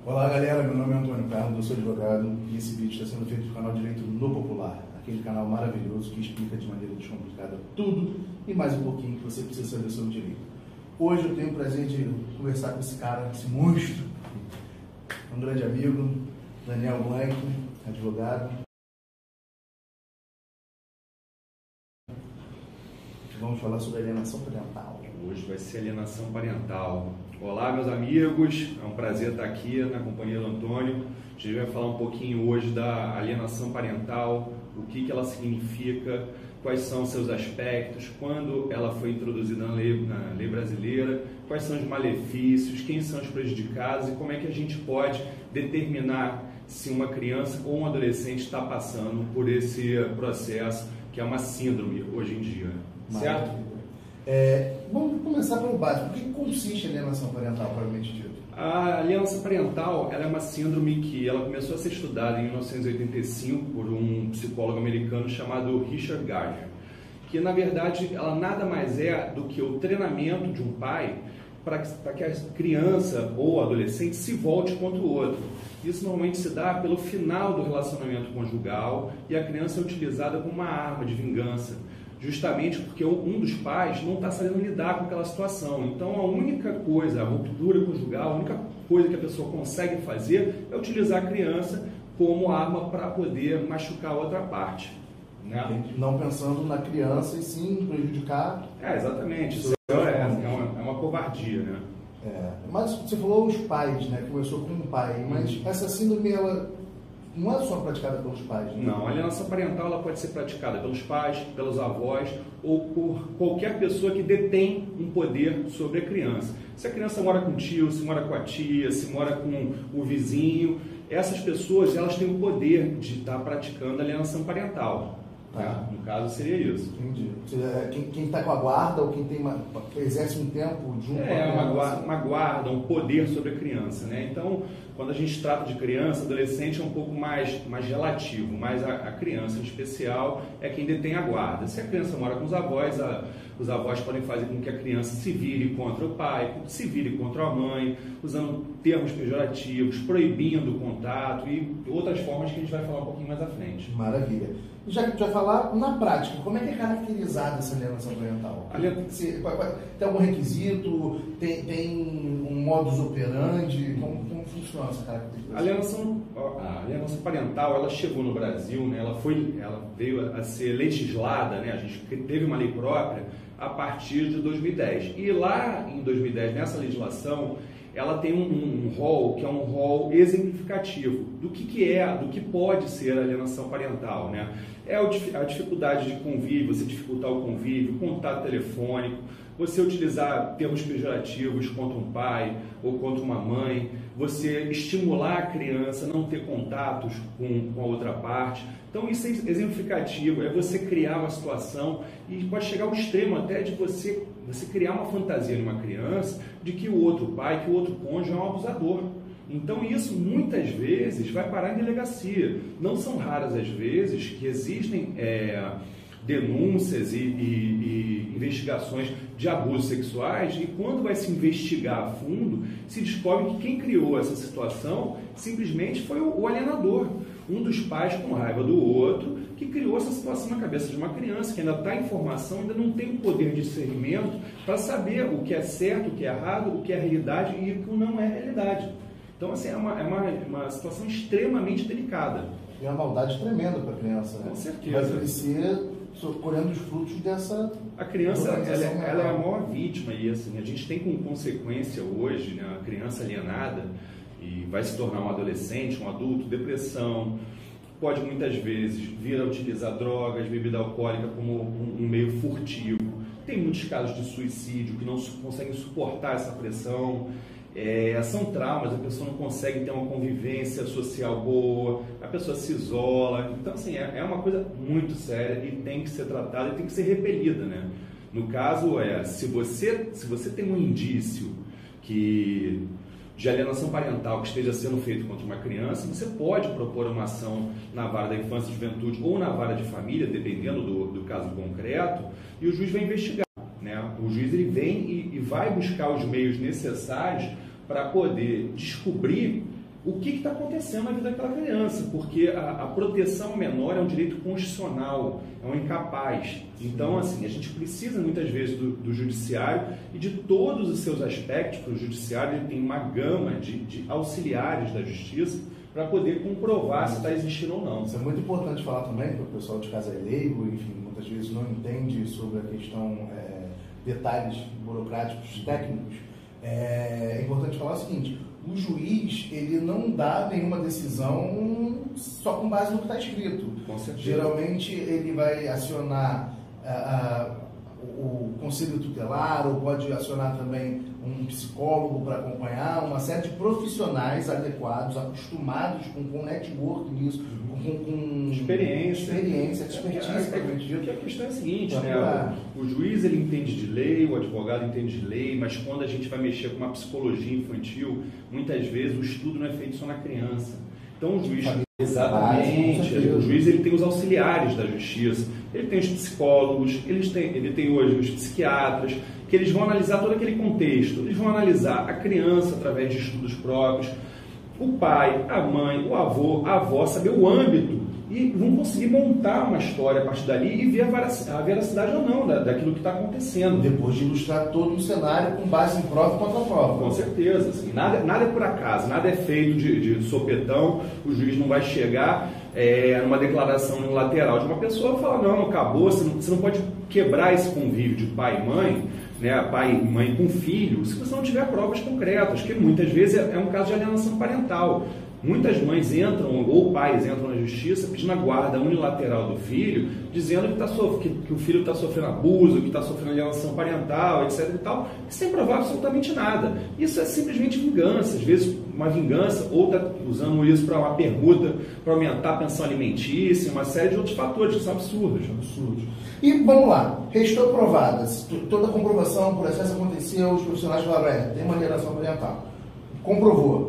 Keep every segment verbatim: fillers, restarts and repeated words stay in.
Olá galera, meu nome é Antônio Carlos, eu sou advogado e esse vídeo está sendo feito do canal Direito no Popular, aquele canal maravilhoso que explica de maneira descomplicada tudo e mais um pouquinho que você precisa saber sobre direito. Hoje eu tenho o prazer de conversar com esse cara, esse monstro, um grande amigo, Daniel Blanco, advogado. Vamos falar sobre alienação parental. Hoje vai ser alienação parental. Olá, meus amigos, é um prazer estar aqui na companhia do Antônio. A gente vai falar um pouquinho hoje da alienação parental, o que, que ela significa, quais são seus aspectos, quando ela foi introduzida na lei, na lei brasileira, quais são os malefícios, quem são os prejudicados e como é que a gente pode determinar se uma criança ou um adolescente está passando por esse processo que é uma síndrome hoje em dia. Certo? É, vamos começar pelo básico. O que consiste a alienação parental, propriamente dito? A alienação parental ela é uma síndrome que ela começou a ser estudada em mil novecentos e oitenta e cinco por um psicólogo americano chamado Richard Gardner, que na verdade ela nada mais é do que o treinamento de um pai para que, para que a criança ou adolescente se volte contra o outro. Isso normalmente se dá pelo final do relacionamento conjugal e a criança é utilizada como uma arma de vingança, justamente porque um dos pais não está sabendo lidar com aquela situação. Então, a única coisa, a ruptura conjugal, a única coisa que a pessoa consegue fazer é utilizar a criança como arma para poder machucar a outra parte. Né? Não pensando na criança e sim prejudicar... É, exatamente. Isso é, é, uma, é uma covardia, né? É, mas você falou os pais, né? Começou com o pai, mas hum. essa síndrome, ela... não é só praticada pelos pais, né? Não, a alienação parental ela pode ser praticada pelos pais, pelos avós ou por qualquer pessoa que detém um poder sobre a criança. Se a criança mora com o tio, se mora com a tia, se mora com o vizinho, essas pessoas elas têm o poder de estar praticando a alienação parental. Ah. Né? No caso seria isso. Entendi. Quem está com a guarda ou quem tem uma, exerce um tempo junto é, com a criança. Uma guarda, uma guarda, um poder sobre a criança, né? Então, quando a gente trata de criança, adolescente é um pouco mais, mais relativo, mas a, a criança em especial é quem detém a guarda. Se a criança mora com os avós, a, os avós podem fazer com que a criança se vire contra o pai, se vire contra a mãe, usando termos pejorativos, proibindo o contato e outras formas que a gente vai falar um pouquinho mais à frente. Maravilha. Já que a gente vai falar na prática, como é que é caracterizada essa alienação parental? Alien... Tem algum requisito? Tem, tem um modus operandi? Como, como funciona essa caracterização? A alienação, a alienação parental, ela chegou no Brasil, né? ela, foi, ela veio a ser legislada, né? A gente teve uma lei própria a partir de dois mil e dez. E lá em dois mil e dez, nessa legislação, ela tem um, um rol que é um rol exemplificativo do que, que é, do que pode ser a alienação parental, né? É a dificuldade de convívio, você dificultar o convívio, contato telefônico, você utilizar termos pejorativos contra um pai ou contra uma mãe, você estimular a criança a não ter contatos com, com a outra parte. Então isso é exemplificativo, é você criar uma situação e pode chegar ao extremo até de você, você criar uma fantasia numa criança de que o outro pai, que o outro cônjuge é um abusador. Então isso muitas vezes vai parar em delegacia. Não são raras as vezes que existem é, denúncias e, e, e investigações de abusos sexuais e quando vai se investigar a fundo, se descobre que quem criou essa situação simplesmente foi o, o alienador. Um dos pais com raiva do outro que criou essa situação na cabeça de uma criança que ainda está em formação, ainda não tem o poder de discernimento para saber o que é certo, o que é errado, o que é realidade e o que não é realidade. Então, assim, é uma, é uma, uma situação extremamente delicada. E é uma maldade tremenda para a criança, né? Com certeza. Vai crescer colhendo os frutos dessa... A criança, ela, ela é a maior vítima e, assim, a gente tem como consequência hoje, né, a criança alienada e vai se tornar um adolescente, um adulto, depressão, pode muitas vezes vir a utilizar drogas, bebida alcoólica como um, um meio furtivo. Tem muitos casos de suicídio que não conseguem suportar essa pressão. É, são traumas, a pessoa não consegue ter uma convivência social boa, a pessoa se isola. Então, assim, é, é uma coisa muito séria e tem que ser tratada e tem que ser repelida, né? No caso, é, se você, se você tem um indício que, de alienação parental que esteja sendo feito contra uma criança, você pode propor uma ação na vara da infância e juventude ou na vara de família, dependendo do, do caso concreto, e o juiz vai investigar. Né? O juiz ele vem e, e vai buscar os meios necessários para poder descobrir o que está acontecendo na vida daquela criança, porque a, a proteção ao menor é um direito constitucional, é um incapaz. Então, assim, a gente precisa muitas vezes do, do judiciário e de todos os seus aspectos, porque o judiciário ele tem uma gama de, de auxiliares da justiça para poder comprovar se está existindo ou não. Isso é muito importante falar também, porque o pessoal de casa é leigo, enfim, muitas vezes não entende sobre a questão, é, detalhes burocráticos, técnicos. É importante falar o seguinte: o juiz, ele não dá nenhuma decisão só com base no que está escrito. Com certeza. Geralmente ele vai acionar uh, uh, o conselho tutelar, ou pode acionar também um psicólogo para acompanhar, uma série de profissionais adequados, acostumados com, com network nisso, com, com experiência, experiência, expertise. É, é, é, é, a questão é a seguinte, né? O, o juiz ele entende de lei, o advogado entende de lei, mas quando a gente vai mexer com uma psicologia infantil, muitas vezes o estudo não é feito só na criança. Então o juiz... Exatamente. O juiz ele tem os auxiliares da justiça, ele tem os psicólogos, eles têm, ele tem hoje os psiquiatras, que eles vão analisar todo aquele contexto, eles vão analisar a criança através de estudos próprios, o pai, a mãe, o avô, a avó, saber o âmbito e vão conseguir montar uma história a partir dali e ver a veracidade ou não da, daquilo que está acontecendo. Depois de ilustrar todo um cenário com base em prova e contra-prova. Com certeza. Assim, nada, nada é por acaso, nada é feito de, de sopetão, o juiz não vai chegar é, numa declaração unilateral de uma pessoa e falar, não, acabou, você não, você não pode quebrar esse convívio de pai e mãe, né, pai e mãe com filho, se você não tiver provas concretas, que muitas vezes é, é um caso de alienação parental. Muitas mães entram, ou pais entram na justiça pedindo a guarda unilateral do filho, dizendo que, tá sof... que, que o filho está sofrendo abuso, que está sofrendo alienação parental, etc e tal, sem provar absolutamente nada. Isso é simplesmente vingança, às vezes uma vingança, ou está usando isso para uma permuta, para aumentar a pensão alimentícia, uma série de outros fatores que são absurdos. absurdos. E vamos lá, restou provada, toda a comprovação, o processo aconteceu, os profissionais falaram, é, tem uma alienação parental. Comprovou.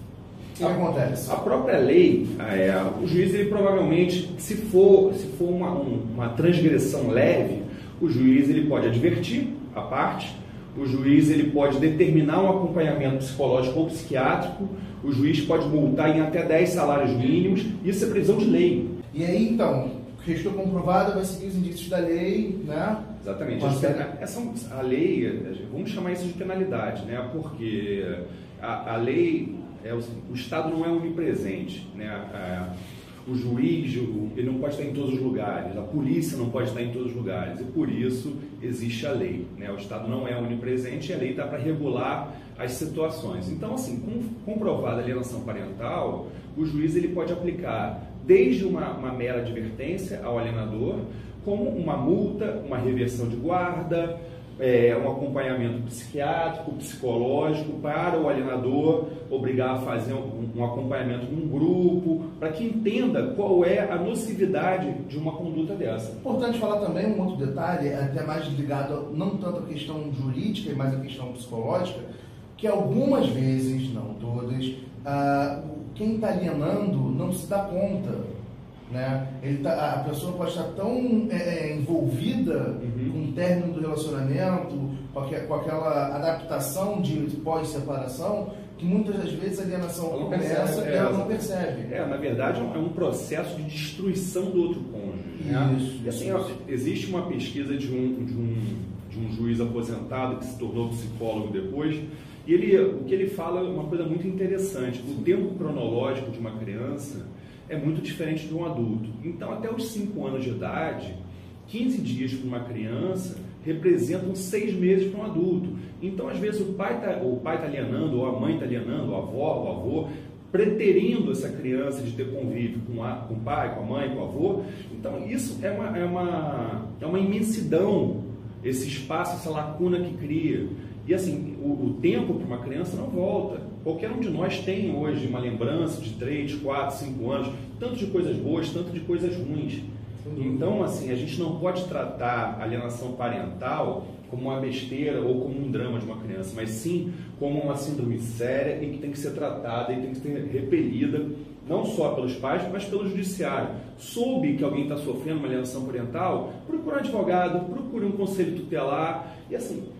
O que acontece? A própria lei, é, o juiz, ele provavelmente, se for, se for uma, um, uma transgressão leve, o juiz ele pode advertir a parte, o juiz ele pode determinar um acompanhamento psicológico ou psiquiátrico, o juiz pode multar em até dez salários mínimos, isso é previsão de lei. E aí, então, restou comprovada, vai seguir os indícios da lei, né? Exatamente. A, essa, a lei, vamos chamar isso de penalidade, né? Porque a, a lei... É, o, o Estado não é onipresente, né? A, o juiz ele não pode estar em todos os lugares, a polícia não pode estar em todos os lugares, e por isso existe a lei, né? O Estado não é onipresente e a lei está para regular as situações. Então, assim, com comprovada a alienação parental, o juiz ele pode aplicar desde uma, uma mera advertência ao alienador, como uma multa, uma reversão de guarda, É, um acompanhamento psiquiátrico, psicológico para o alienador, obrigar a fazer um, um acompanhamento com um grupo, para que entenda qual é a nocividade de uma conduta dessa. Importante falar também um outro detalhe, até mais ligado não tanto à questão jurídica, mas à questão psicológica, que algumas vezes, não todas, ah, quem está alienando não se dá conta. Né? Ele tá, a pessoa pode estar tão é, envolvida uhum. com o término do relacionamento, com, aqu com aquela adaptação de pós-separação, que muitas das vezes a alienação ela começa percebe, e ela é, não percebe. É, na verdade, é um processo de destruição do outro cônjuge. Né? Isso, e, assim, isso. Ó, existe uma pesquisa de um, de, um, de um juiz aposentado que se tornou psicólogo depois, e ele, o que ele fala é uma coisa muito interessante. O tempo cronológico de uma criança é muito diferente de um adulto. Então, até os cinco anos de idade, quinze dias para uma criança representam seis meses para um adulto. Então, às vezes, o pai está o pai tá alienando, ou a mãe está alienando, a avó, o avô, preterindo essa criança de ter convívio com, a, com o pai, com a mãe, com o avô. Então, isso é uma, é uma, é uma imensidão, esse espaço, essa lacuna que cria. E assim, o, o tempo para uma criança não volta. Qualquer um de nós tem hoje uma lembrança de três, quatro, cinco anos, tanto de coisas boas, tanto de coisas ruins. Então, assim, a gente não pode tratar a alienação parental como uma besteira ou como um drama de uma criança, mas sim como uma síndrome séria e que tem que ser tratada e tem que ser repelida, não só pelos pais, mas pelo judiciário. Soube que alguém está sofrendo uma alienação parental, procure um advogado, procure um conselho tutelar e, assim,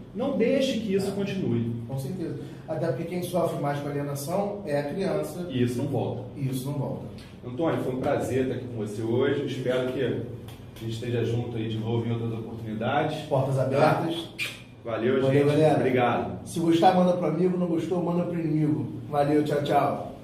não deixe que isso ah, continue. Com certeza. Até porque quem sofre mais com alienação é a criança. E isso não volta. E isso não volta. Antônio, foi um prazer estar aqui com você hoje. Espero que a gente esteja junto aí de novo em outras oportunidades. Portas abertas. Valeu, Valeu, gente. galera. Obrigado. Se gostar, manda pro amigo. Não gostou, manda pro inimigo. Valeu, tchau, tchau.